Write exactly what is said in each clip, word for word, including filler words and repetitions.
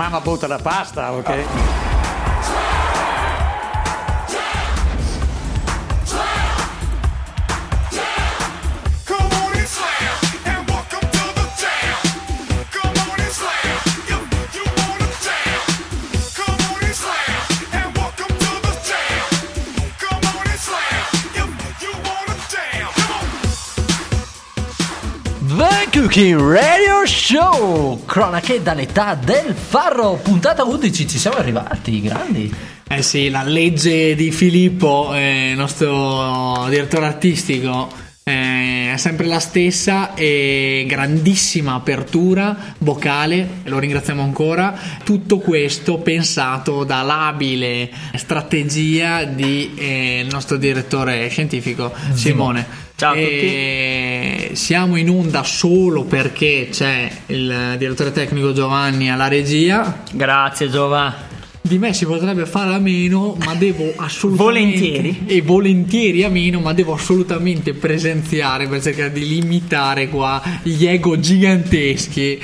mamma butta la pasta, ok? Cooking Radio Show, cronache dall'età del farro, puntata undici, ci siamo arrivati, grandi. Eh sì, la legge di Filippo, eh, il nostro direttore artistico, eh, è sempre la stessa, e grandissima apertura vocale, lo ringraziamo ancora. Tutto questo pensato dall'abile strategia di eh, il nostro direttore scientifico Simone. Ciao a e tutti. Siamo in onda solo perché c'è il direttore tecnico Giovanni alla regia. Grazie Giova. Di me si potrebbe fare a meno, ma devo assolutamente volentieri e volentieri a meno, ma devo assolutamente presenziare per cercare di limitare qua gli ego giganteschi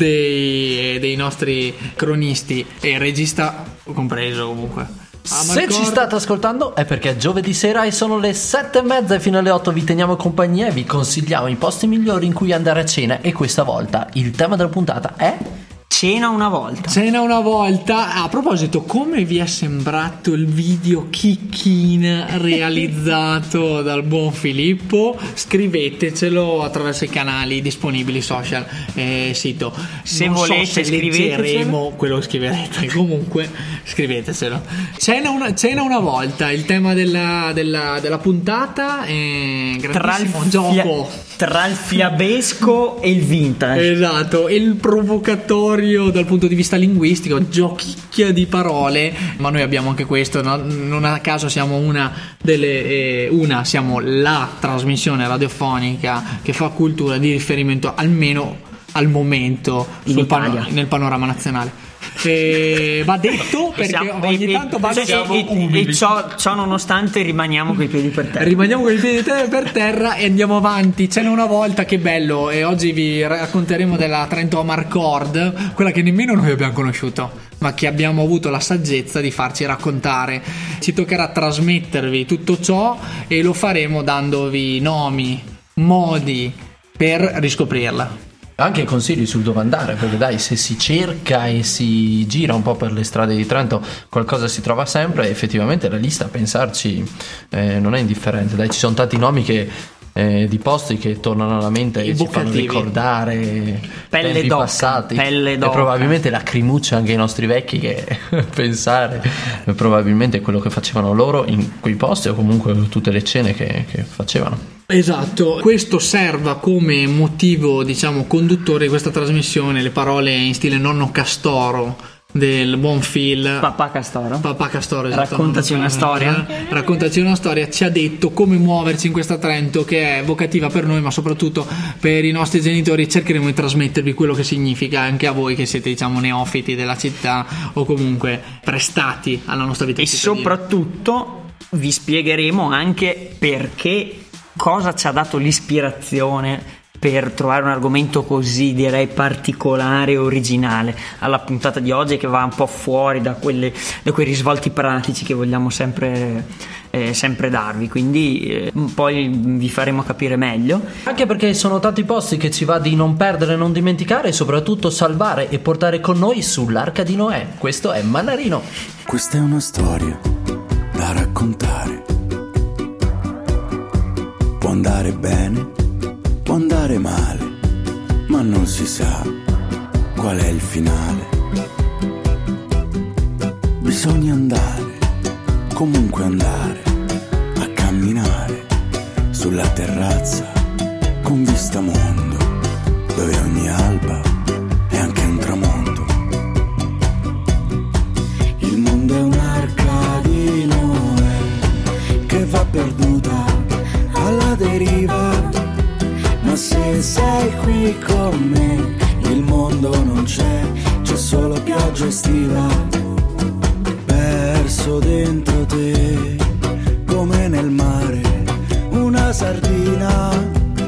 dei, dei nostri cronisti e regista compreso comunque. Se ci state ascoltando è perché è giovedì sera e sono le sette e mezza e fino alle otto vi teniamo compagnia e vi consigliamo i posti migliori in cui andare a cena, e questa volta il tema della puntata è Cena una volta. Cena una volta. A proposito, come vi è sembrato il video Chicchina realizzato dal buon Filippo? Scrivetecelo attraverso i canali disponibili social e eh, sito. Se non volete, so se leggeremo quello che scriverete. Comunque scrivetecelo. Cena una, cena una volta, il tema della, della, della puntata è grandissimo gioco tra il fiabesco e il vintage. Esatto, e il provocatorio dal punto di vista linguistico, giochicchia di parole, ma noi abbiamo anche questo, no? Non a caso siamo una delle eh, una siamo la trasmissione radiofonica che fa cultura di riferimento almeno al momento in Italia, pan- nel panorama nazionale. E va detto perché siamo, ogni e, tanto va siamo e, e, e ciò, ciò nonostante rimaniamo coi piedi per terra rimaniamo coi piedi per terra e andiamo avanti. C'è una volta, che bello, e oggi vi racconteremo della Trento Amarcord, quella che nemmeno noi abbiamo conosciuto ma che abbiamo avuto la saggezza di farci raccontare. Ci toccherà trasmettervi tutto ciò e lo faremo dandovi nomi, modi per riscoprirla, anche consigli sul dove andare, perché dai, se si cerca e si gira un po' per le strade di Trento qualcosa si trova sempre, e effettivamente la lista, a pensarci, eh, non è indifferente. Dai, ci sono tanti nomi che eh, di posti che tornano alla mente e ci fanno ricordare pelle tempi d'oca, passati, pelle d'oca. E probabilmente lacrimuccia anche ai nostri vecchi, che pensare probabilmente è quello che facevano loro in quei posti, o comunque tutte le cene che, che facevano. Esatto, questo serva come motivo, diciamo, conduttore di questa trasmissione, le parole in stile nonno Castoro del buon Phil. Papà Castoro. Papà Castoro, esatto. Raccontaci una storia. Raccontaci una storia, ci ha detto come muoverci in questa Trento che è evocativa per noi, ma soprattutto per i nostri genitori. Cercheremo di trasmettervi quello che significa anche a voi che siete, diciamo, neofiti della città o comunque prestati alla nostra vita. E soprattutto vi spiegheremo anche perché, cosa ci ha dato l'ispirazione per trovare un argomento così, direi, particolare e originale alla puntata di oggi, che va un po' fuori da, quelle, da quei risvolti pratici che vogliamo sempre, eh, sempre darvi. Quindi eh, poi vi faremo capire meglio, anche perché sono tanti posti che ci va di non perdere, non dimenticare e soprattutto salvare e portare con noi sull'Arca di Noè. Questo è Mannarino. Questa è una storia da raccontare. Può andare bene, può andare male, ma non si sa qual è il finale. Bisogna andare, comunque andare, a camminare sulla terrazza con vista mondo, dove ogni alba è anche un tramonto. Il mondo è un'arca di Noè che va perduta alla deriva, ma se sei qui con me il mondo non c'è, c'è solo pioggia estiva. Perso dentro te come nel mare una sardina,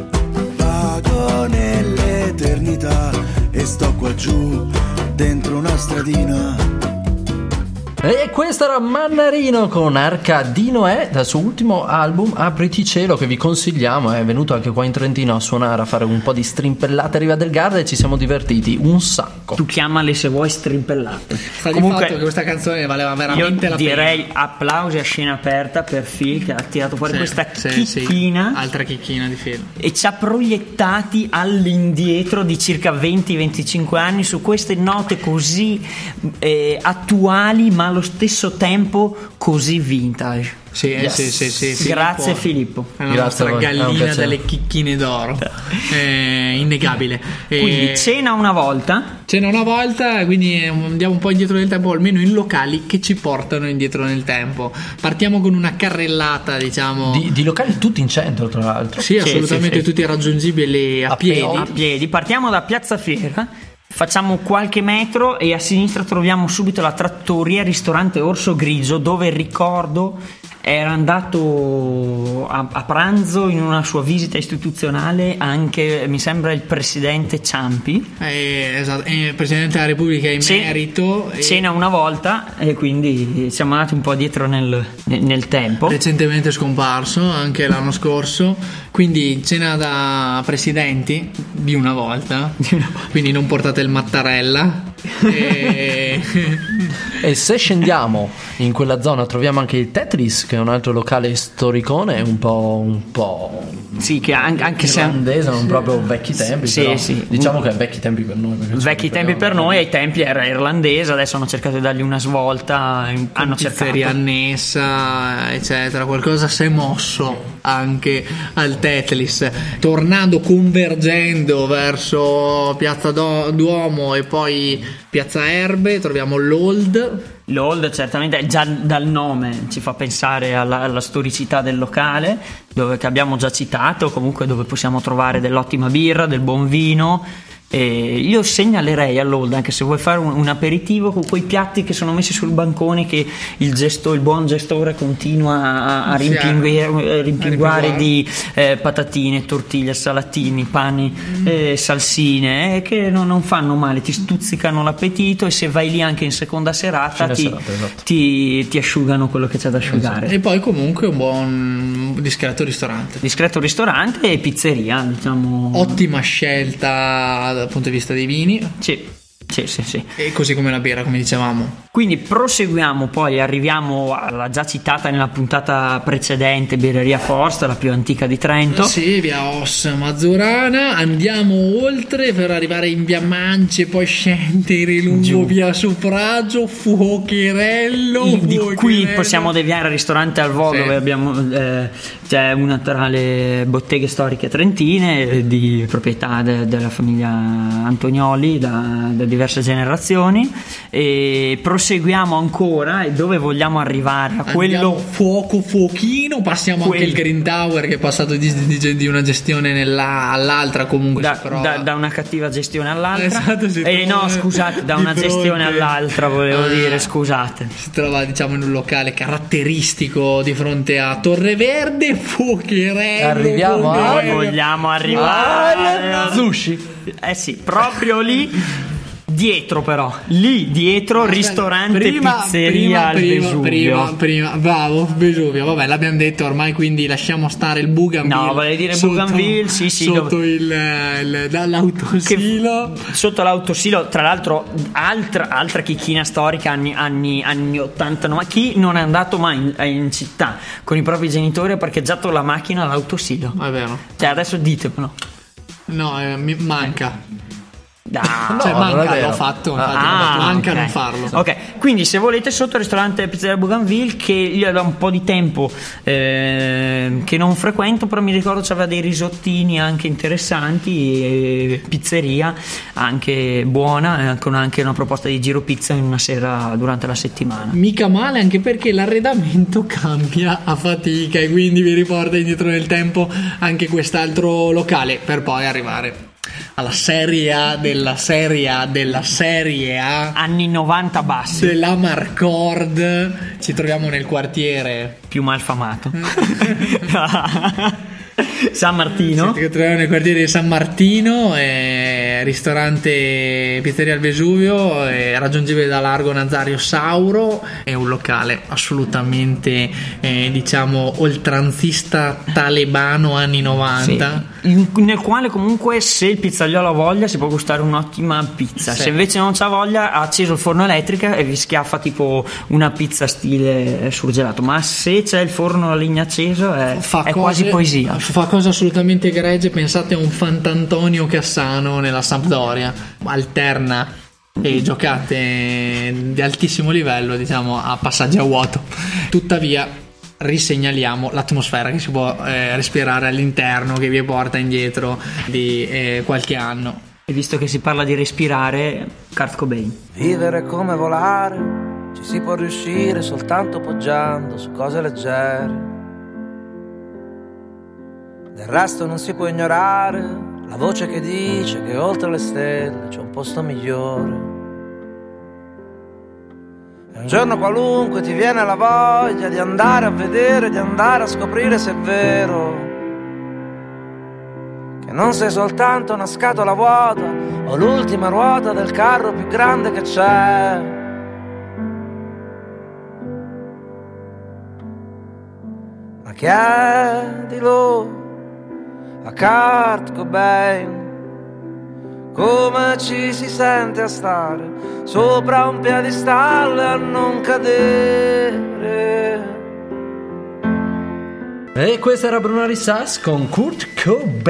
vago nell'eternità e sto qua giù dentro una stradina. E questo era Mannarino con Arca di Noè dal suo ultimo album Apriti Cielo, che vi consigliamo. È venuto anche qua in Trentino a suonare, a fare un po' di strimpellate a Riva del Garda e ci siamo divertiti un sacco. Tu chiamale se vuoi strimpellate. Sta di fatto che questa canzone valeva veramente io la direi pena. Applausi a scena aperta per Phil, che ha tirato fuori Sì, questa sì, chicchina, sì. Altra chicchina di Phil, e ci ha proiettati all'indietro di circa venti venticinque anni su queste note così eh, attuali, ma allo stesso tempo così vintage. Sì, Yes. sì, sì, sì, Filippo. Grazie Filippo. È la Grazie a nostra voi, è un gallina piacere. delle chicchine d'oro. È innegabile. Quindi E- cena una volta. Cena una volta, quindi andiamo un po' indietro nel tempo, almeno in locali che ci portano indietro nel tempo. Partiamo con una carrellata, diciamo. Di, di locali tutti in centro, tra l'altro. Sì, assolutamente sì, sì. tutti raggiungibili a, A piedi. piedi. A piedi, partiamo da Piazza Fiera, facciamo qualche metro e a sinistra troviamo subito la trattoria ristorante Orso Grigio, dove ricordo era andato a, a pranzo in una sua visita istituzionale anche, mi sembra, il presidente Ciampi. Eh, esatto, eh, Presidente della Repubblica in Ce- merito. e Cena una volta e quindi siamo andati un po' dietro nel, nel- nel tempo. recentemente scomparso anche l'anno scorso, quindi cena da presidenti di una volta, quindi non portate il Mattarella. e... E se scendiamo in quella zona troviamo anche il Tetris, che è un altro locale storicone, un po' un po' Sì, che an- anche se irlandese, non proprio vecchi tempi, Sì, però sì. diciamo che è vecchi tempi per noi, perché vecchi tempi per noi, ai tempi era irlandese, adesso hanno cercato di dargli una svolta, hanno cercato. pizzeria annessa, eccetera. Qualcosa si è mosso anche al Tetris, tornando, convergendo verso Piazza Do- Duomo e poi Piazza Erbe troviamo l'Old. L'Old certamente già dal nome ci fa pensare alla, alla storicità del locale, dove che abbiamo già citato, comunque dove possiamo trovare dell'ottima birra, del buon vino. E io segnalerei all'Old, anche se vuoi fare un, un aperitivo, con quei piatti che sono messi sul bancone che il, gesto, il buon gestore continua a, a Sì, rimpingue- a rimpinguare rimpinguare. di eh, patatine, tortiglie, salatini, pani, eh, salsine, eh, che non, non fanno male, ti stuzzicano l'appetito, e se vai lì anche in seconda serata Fine ti, serata, esatto. ti, ti asciugano quello che c'è da asciugare. E poi comunque un buon discreto ristorante. Discreto ristorante e pizzeria, diciamo. Ottima scelta dal punto di vista dei vini, Sì, sì, sì, sì. e così come la birra, come dicevamo. Quindi proseguiamo, poi arriviamo alla già citata nella puntata precedente Birreria Forst, la più antica di Trento. Sì, via Os Mazzurana, andiamo oltre per arrivare in via Mance, poi scendere lungo Giù. via Suffragio, Fuocherello. I- di Fuocherello. qui possiamo deviare al ristorante al volo, Sì. dove abbiamo eh, c'è una tra le botteghe storiche trentine, eh, di proprietà de- della famiglia Antonioli da, da diverse generazioni, e proseguiamo ancora, e dove vogliamo arrivare? A Andiamo quello fuoco fuochino, passiamo Quello. anche il Green Tower, che è passato di, di- di una gestione nella, all'altra, comunque da, si trova. da- da una cattiva gestione all'altra. Esatto, si Eh, trova no, scusate, da di una fronte. gestione all'altra, volevo Ah. dire, scusate. Si trova, diciamo, in un locale caratteristico di fronte a Torre Verde, Fuocherello. Arriviamo a- Fuocherello. Vogliamo arrivare Ah, sushi. Eh sì, proprio lì dietro, però lì dietro ristorante Prima- pizzeria prima, al prima, Vesuvio. prima, prima, bravo, Vesuvio. Vabbè, l'abbiamo detto ormai, quindi lasciamo stare il Bougainville. No, volevi dire sotto- Bougainville, sì, sì, Sotto dove- il, il dall'autosilo. Sotto l'autosilo, tra l'altro, altra, altra chicchina storica, anni, anni, anni ottanta. Ma chi non è andato mai in, in città con i propri genitori, ha parcheggiato la macchina all'autosilo? È vero. Cioè, adesso ditemelo. No, eh, mi manca. Ah, Cioè, No, non è manca, vero. l'ho fatto. Ah, Infatti, Ah, manca ok. non farlo. Ok, quindi se volete, sotto il ristorante Pizzeria Bougainville, che io da un po' di tempo eh, che non frequento, però mi ricordo c'aveva dei risottini anche interessanti, e pizzeria anche buona, e con anche una proposta di giro pizza in una sera durante la settimana. Mica male, anche perché l'arredamento cambia a fatica, e quindi vi riporta indietro nel tempo anche quest'altro locale, per poi arrivare alla Serie A della Serie A della Serie A Anni novanta bassi, della Marcord. Ci troviamo nel quartiere più malfamato. San Martino. Ci troviamo nel quartiere di San Martino, e eh, ristorante Pizzeria al Vesuvio, eh, raggiungibile da Largo Nazario Sauro, è un locale assolutamente eh, diciamo oltranzista talebano anni novanta, sì, in, nel quale comunque se il pizzaiolo ha voglia si può gustare un'ottima pizza, sì. Se invece non c'ha voglia ha acceso il forno elettrico e vi schiaffa tipo una pizza stile surgelato, ma se c'è il forno a legna acceso è, fa è cose, quasi poesia, fa cose assolutamente egregie. Pensate a un Fant'Antonio Cassano nella Sampdoria, alterna e giocate di altissimo livello, diciamo, a passaggi a vuoto. Tuttavia risegnaliamo l'atmosfera che si può eh, respirare all'interno, che vi porta indietro di eh, qualche anno. e visto che si parla di respirare, Kurt Cobain. Vivere come volare, ci si può riuscire soltanto poggiando su cose leggere. Del resto non si può ignorare la voce che dice che oltre le stelle c'è un posto migliore. E un giorno qualunque ti viene la voglia di andare a vedere, di andare a scoprire se è vero che non sei soltanto una scatola vuota o l'ultima ruota del carro più grande che c'è. Ma chiedilo a Kurt Cobain come ci si sente a stare sopra un piedistallo e a non cadere. E questa era Brunari Sass con Kurt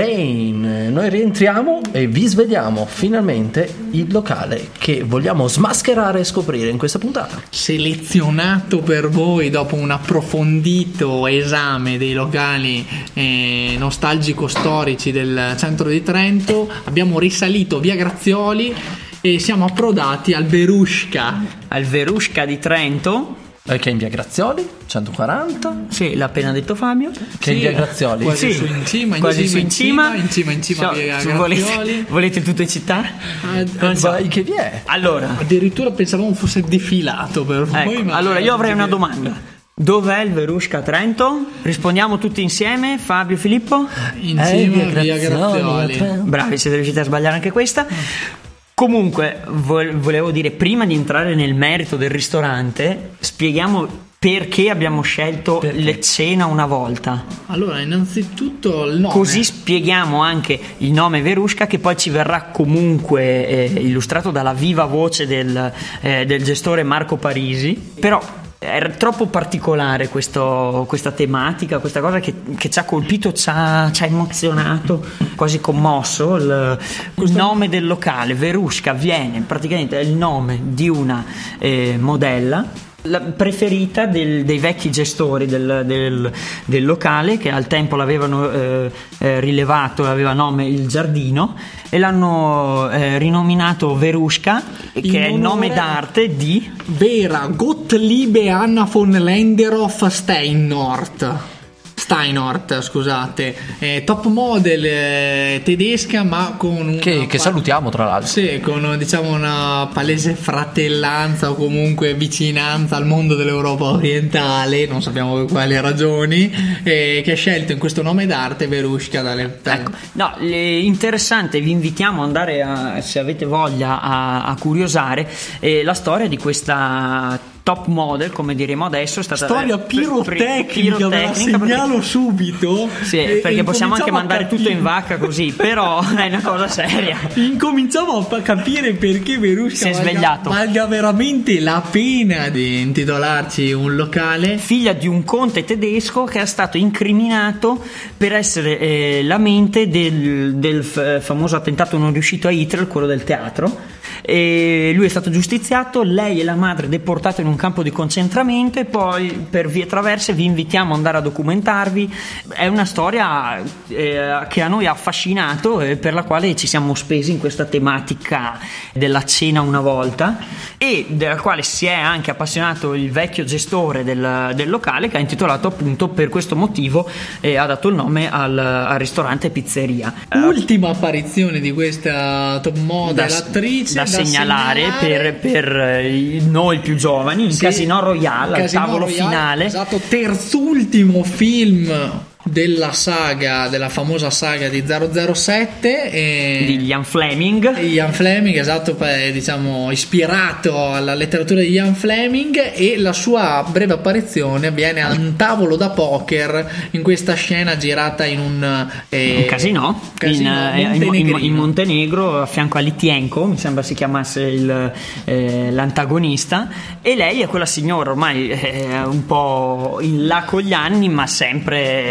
Cobain. Noi rientriamo e vi sveliamo finalmente il locale che vogliamo smascherare e scoprire in questa puntata. Selezionato per voi dopo un approfondito esame dei locali eh, nostalgico-storici del centro di Trento, abbiamo risalito via Grazioli e siamo approdati al Veruška. Al Veruška di Trento, Che è in via Grazioli centoquaranta. sì, l'ha appena detto Fabio. Che è in via Grazioli. Quasi Sì, su in cima, in quasi cima, su in in cima, cima, in cima, in cima, So, via se Grazioli. volete, volete tutte città? Ah, Non so. Vai che vi è? Allora, Addirittura pensavamo fosse defilato per voi. ecco, ma allora io avrei una domanda. Dov'è il Veruška a Trento? Rispondiamo tutti insieme, Fabio, Filippo. In Eh, cima via via Grazioli. Grazioli. Bravi, siete riusciti a sbagliare anche questa. Comunque, vo- volevo dire, prima di entrare nel merito del ristorante, spieghiamo perché abbiamo scelto Perché? le cena una volta. Allora, innanzitutto il nome. Così spieghiamo anche il nome Veruška, che poi ci verrà comunque eh, illustrato dalla viva voce del, eh, del gestore Marco Parisi. Però era troppo particolare questo, questa tematica, questa cosa che, che ci ha colpito, ci ha, ci ha emozionato, quasi commosso. Il, il nome del locale, Veruška, viene praticamente è il nome di una eh, modella, la preferita del, dei vecchi gestori del, del, del locale, che al tempo l'avevano eh, eh, rilevato, aveva nome Il Giardino, e l'hanno eh, rinominato Veruška, che è il nome d'arte di Vera Gottliebe Anna von Lenderoff Steinort. Steinort, scusate, eh, top model eh, tedesca, ma con una Che, che salutiamo tra l'altro. Sì, con diciamo una palese fratellanza o comunque vicinanza al mondo dell'Europa orientale, non sappiamo per quali ragioni, eh, che ha scelto in questo nome d'arte Veruška dalle... Ecco, no, le- interessante, vi invitiamo ad andare a, se avete voglia a, a curiosare eh, la storia di questa top model, come diremo adesso, è stata Storia eh, pirotecnica, pri- ve la pirotecnica, perché- segnalo subito. sì, E- perché e possiamo anche incominciamo a mandare tutto in capire- vacca così, però è una cosa seria. Incominciamo a capire perché Veruška Si è valga, svegliato. valga veramente la pena di intitolarci un locale. Figlia di un conte tedesco che è stato incriminato per essere eh, la mente del, del f- famoso attentato non riuscito a Hitler, quello del teatro. E lui è stato giustiziato, lei e la madre deportate in un campo di concentramento, e poi per vie traverse vi invitiamo ad andare a documentarvi. È una storia eh, che a noi ha affascinato e per la quale ci siamo spesi in questa tematica della cena una volta, e della quale si è anche appassionato il vecchio gestore del, del locale, che ha intitolato appunto per questo motivo e ha dato il nome al, al ristorante pizzeria. Ultima apparizione di questa top model Da- attrice da segnalare per, per eh, noi più giovani, il Sì, Casino Royale, al Casino tavolo Royale, finale. esatto, terzultimo film della saga, della famosa saga di zero zero sette e di Ian Fleming. Ian Fleming, esatto, diciamo ispirato alla letteratura di Ian Fleming, e la sua breve apparizione avviene a un tavolo da poker in questa scena girata in un, eh, un casino, casino in, in, in Montenegro, a fianco a Litienko, mi sembra si chiamasse il, eh, l'antagonista, e lei è quella signora ormai eh, un po' in là con gli anni, ma sempre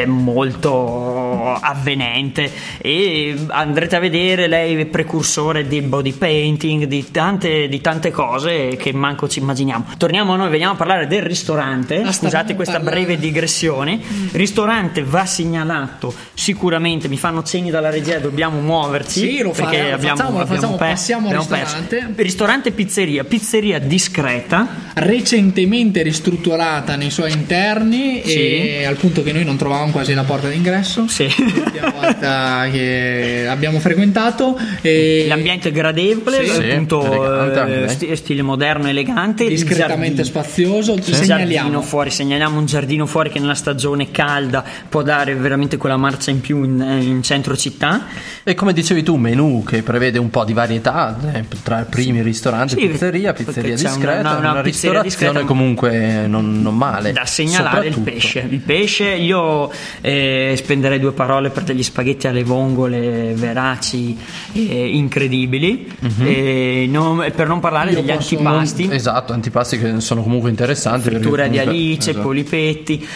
molto avvenente, e andrete a vedere, lei è precursore del body painting, di tante, di tante cose che manco ci immaginiamo. Torniamo a noi, veniamo a parlare del ristorante. Ah, scusate questa parlando. breve digressione. Ristorante va segnalato sicuramente, mi fanno cenni dalla regia, dobbiamo muoverci. Sì, lo perché faremo, abbiamo, facciamo, lo abbiamo facciamo, per- passiamo al abbiamo ristorante. perso. Ristorante pizzeria, pizzeria discreta, recentemente ristrutturata nei suoi interni, Sì. e al punto che noi non trovavamo quasi la porta d'ingresso. sì. L'ultima volta che abbiamo frequentato, e L'ambiente gradevole, Sì. appunto, elegante anche, eh, eh. sti- stile moderno, elegante, discretamente il giardino. spazioso. Il Segnaliamo giardino fuori, segnaliamo un giardino fuori che nella stagione calda può dare veramente quella marcia in più in, in centro città. E come dicevi tu, menù che prevede un po' di varietà, eh, tra i primi ristoranti, Sì, pizzeria, perché pizzeria c'è una- discreta, una- una, una pizzeria ristorazione discreta, comunque non, non male. Da segnalare il Soprattutto. pesce. Il pesce, io eh, spenderei due parole per degli spaghetti alle vongole veraci e incredibili, e non- per non parlare Io degli posso- antipasti. Esatto, antipasti che sono comunque interessanti. perché Frittura di comunque- alice, esatto. polipetti,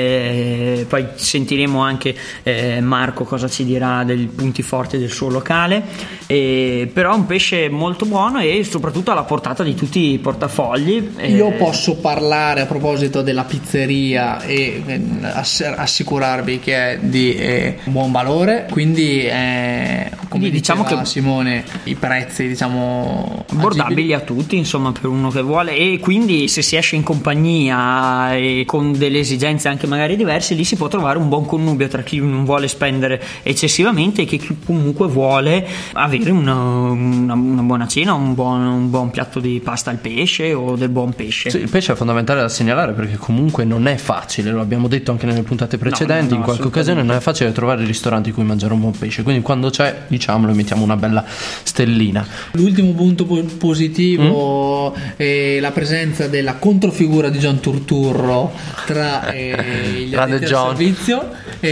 eh, poi sentiremo anche eh, Marco cosa ci dirà dei punti forti del suo locale, eh, però un pesce molto buono e soprattutto alla portata di tutti i portafogli. eh, Io posso parlare a proposito della pizzeria e eh, ass- assicurarvi che è di eh, buon valore, quindi eh, come Quindi diciamo diceva che- Simone, i prezzi diciamo abbordabili a tutti, insomma, per uno che vuole, e quindi se si esce in compagnia e con delle esigenze anche magari diverse, lì si può trovare un buon connubio tra chi non vuole spendere eccessivamente e chi comunque vuole avere una, una, una buona cena, un buon, un buon piatto di pasta al pesce o del buon pesce. Sì, il pesce è fondamentale da segnalare perché comunque non è facile, lo abbiamo detto anche nelle puntate precedenti, no, no, in qualche occasione non è facile trovare ristoranti in cui mangiare un buon pesce, quindi quando c'è, diciamolo, mettiamo una bella stellina. L'ultimo punto po- positivo è la presenza della controfigura di John Turturro tra eh, gli Grande addetti al John. servizio,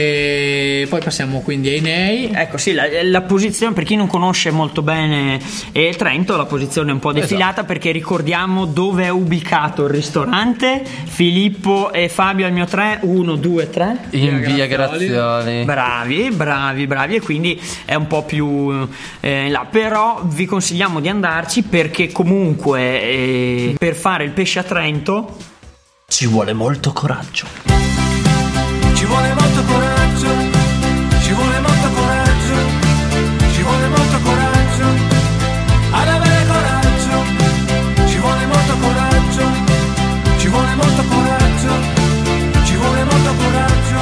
e poi passiamo quindi ai nei. Ecco sì, la, la posizione, per chi non conosce molto bene eh, Trento, la posizione è un po' defilata, perché ricordiamo dove è ubicato il ristorante. Filippo e Fabio al mio tre, uno, due, tre. In via Grazioli. Grazioli. Bravi, bravi, bravi, e quindi è un po' più eh, là. Però vi consigliamo di andarci perché comunque eh, per fare il pesce a Trento Ci vuole molto coraggio. Ci vuole molto coraggio, ci vuole molto coraggio, ci vuole molto coraggio, ad avere coraggio, ci vuole molto coraggio, ci vuole molto coraggio, ci vuole molto coraggio,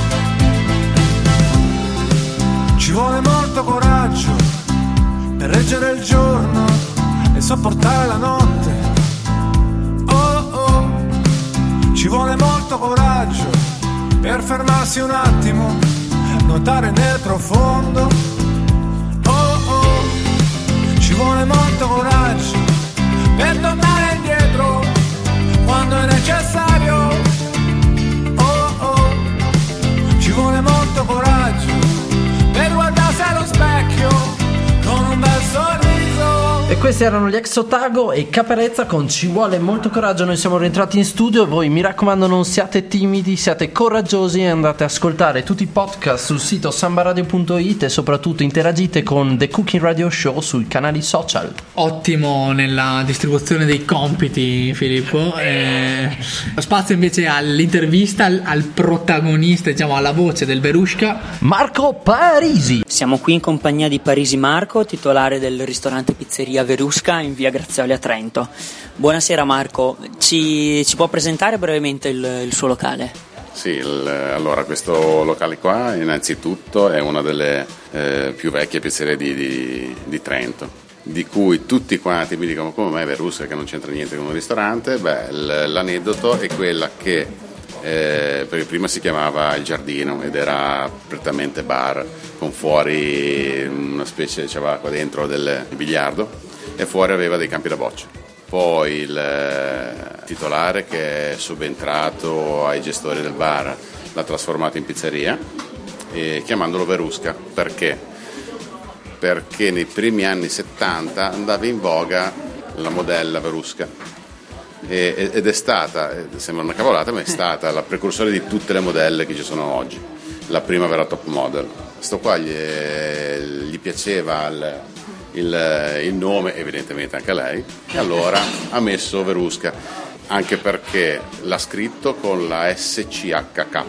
ci vuole molto coraggio per reggere il giorno e sopportare la notte. Oh oh, ci vuole molto coraggio per fermarsi un attimo, nuotare nel profondo. Oh oh, ci vuole molto coraggio per tornare indietro quando è necessario. Oh oh, ci vuole molto coraggio per guardarsi allo specchio con un bel sorriso. E questi erano gli ex Otago e Caparezza con Ci vuole molto coraggio. Noi siamo rientrati in studio e voi, mi raccomando, non siate timidi, siate coraggiosi e andate a ascoltare tutti i podcast sul sito sambaradio punto it e soprattutto interagite con The Cooking Radio Show sui canali social. Ottimo nella distribuzione dei compiti, Filippo. Eh, spazio invece all'intervista al, al protagonista, diciamo alla voce del Verushka, Marco Parisi. Siamo qui in compagnia di Parisi Marco, titolare del ristorante pizzeria Verushka in via Grazioli a Trento. Buonasera Marco, ci, ci può presentare brevemente il, il suo locale? Sì, il, allora questo locale qua innanzitutto è una delle eh, più vecchie pizzerie di, di, di Trento, di cui tutti quanti mi dicono come mai Verushka che non c'entra niente con un ristorante. Beh, l- l'aneddoto è quella che eh, perché prima si chiamava Il Giardino ed era prettamente bar, con fuori una specie, c'era qua dentro del biliardo e fuori aveva dei campi da bocce. Poi il titolare, che è subentrato ai gestori del bar, l'ha trasformato in pizzeria, e chiamandolo Verusca. Perché? Perché nei primi anni settanta andava in voga la modella Verusca e, ed è stata, sembra una cavolata, ma è stata la precursore di tutte le modelle che ci sono oggi, la prima vera top model. Sto qua gli, gli piaceva il, il, il nome, evidentemente anche a lei, e allora ha messo Verusca, anche perché l'ha scritto con la S C H K.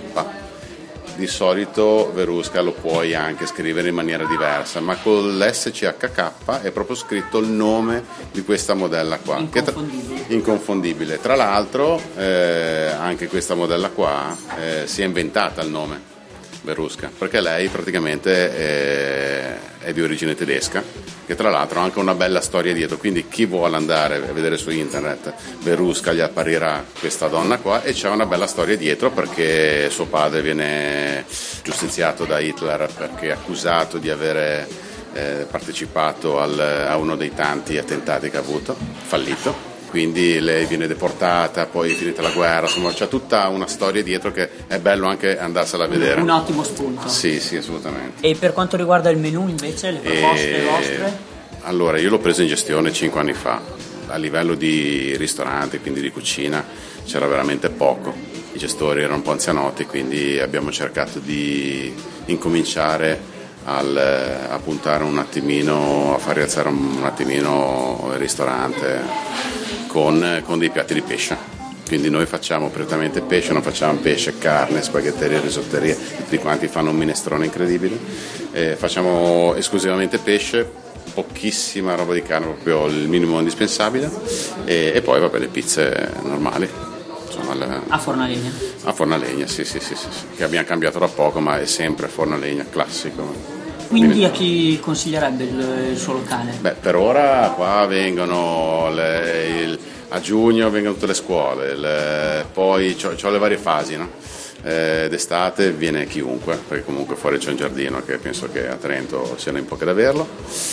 Di solito Verusca lo puoi anche scrivere in maniera diversa, ma con l'S C H K è proprio scritto il nome di questa modella qua. Inconfondibile. Che tra, inconfondibile. Tra l'altro eh, anche questa modella qua eh, si è inventata il nome Verusca, perché lei praticamente è, è di origine tedesca, che tra l'altro ha anche una bella storia dietro, quindi chi vuole andare a vedere su internet Verusca gli apparirà questa donna qua, e c'è una bella storia dietro, perché suo padre viene giustiziato da Hitler perché è accusato di avere eh, partecipato al, a uno dei tanti attentati che ha avuto, fallito. Quindi lei viene deportata, poi è finita la guerra, insomma c'è tutta una storia dietro che è bello anche andarsela a vedere. Un ottimo spunto. Sì, sì, assolutamente. E per quanto riguarda il menù invece, le proposte E... vostre? Allora, io l'ho preso in gestione cinque anni fa. A livello di ristorante, quindi di cucina, c'era veramente poco. I gestori erano un po' anzianotti, quindi abbiamo cercato di incominciare al, a puntare un attimino, a far rialzare un, un attimino il ristorante con, con dei piatti di pesce. Quindi noi facciamo prettamente pesce, non facciamo pesce, carne, spaghetterie, risotterie, tutti quanti fanno un minestrone incredibile. Eh, facciamo esclusivamente pesce, pochissima roba di carne, proprio il minimo indispensabile, e, e poi vabbè le pizze normali. Insomma, le, a forno a legna. A forno a legna, sì, sì, sì, sì, sì, che abbiamo cambiato da poco, ma è sempre forno a legna, classico. Quindi a chi consiglierebbe il, il suo locale? Beh, per ora qua vengono le, il, a giugno vengono tutte le scuole, le, poi c'ho, c'ho le varie fasi, no? Eh, d'estate viene chiunque, perché comunque fuori c'è un giardino che penso che a Trento siano in poche ad averlo,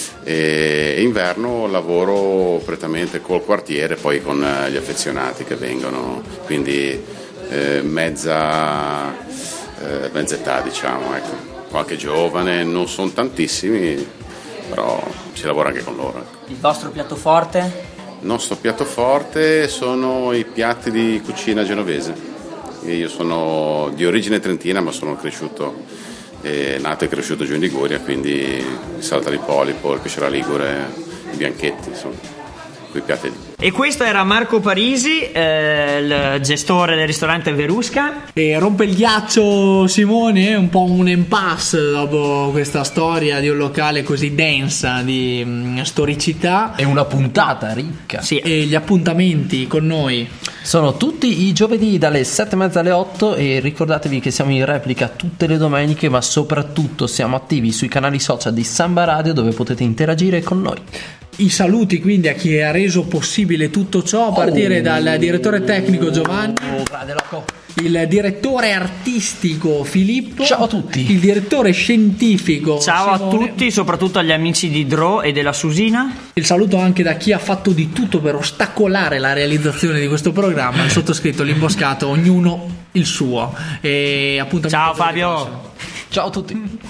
e, e inverno lavoro prettamente col quartiere, poi con gli affezionati che vengono, quindi eh, mezza, eh, mezza età, diciamo, ecco. Qualche giovane, non sono tantissimi, però si lavora anche con loro. Il vostro piatto forte? Il nostro piatto forte sono i piatti di cucina genovese. Io sono di origine trentina, ma sono cresciuto, eh, nato e cresciuto giù in Liguria, quindi il salata di polipo, il pesce alla ligure, i bianchetti, insomma, quei piatti lì. E questo era Marco Parisi, eh, il gestore del ristorante Verusca. E rompe il ghiaccio Simone, un po' un impasse dopo questa storia di un locale così densa di mh, storicità. È una puntata ricca. Sì. E gli appuntamenti con noi sono tutti i giovedì dalle sette e mezza alle otto, e ricordatevi che siamo in replica tutte le domeniche, ma soprattutto siamo attivi sui canali social di Samba Radio, dove potete interagire con noi. I saluti quindi a chi ha reso possibile tutto ciò, a partire oh, dal direttore tecnico Giovanni, oh, il direttore artistico Filippo, ciao a tutti, il direttore scientifico ciao Simone, a tutti, soprattutto agli amici di Dro e della Susina. Il saluto anche da chi ha fatto di tutto per ostacolare la realizzazione di questo programma, il sottoscritto, l'imboscato, ognuno il suo. E appuntamento. Ciao Fabio. Ciao a tutti.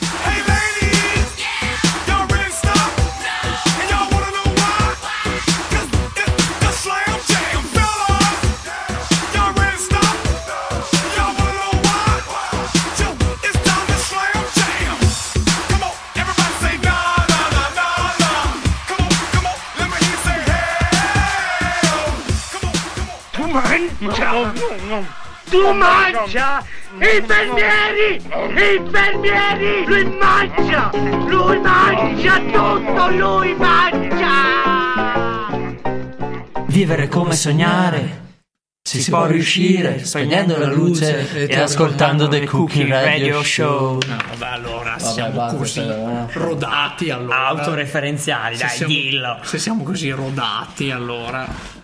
Tu mangia! Infermieri! Infermieri! Lui mangia! Lui mangia tutto! Lui mangia! Vivere come sognare. Si, si può riuscire spegnendo la luce e, e ascoltando The Cooking Radio Show. No, vabbè, allora vabbè, siamo basta, così basta. rodati allora. Autoreferenziali, se dai, siamo, dillo. Se siamo così rodati allora.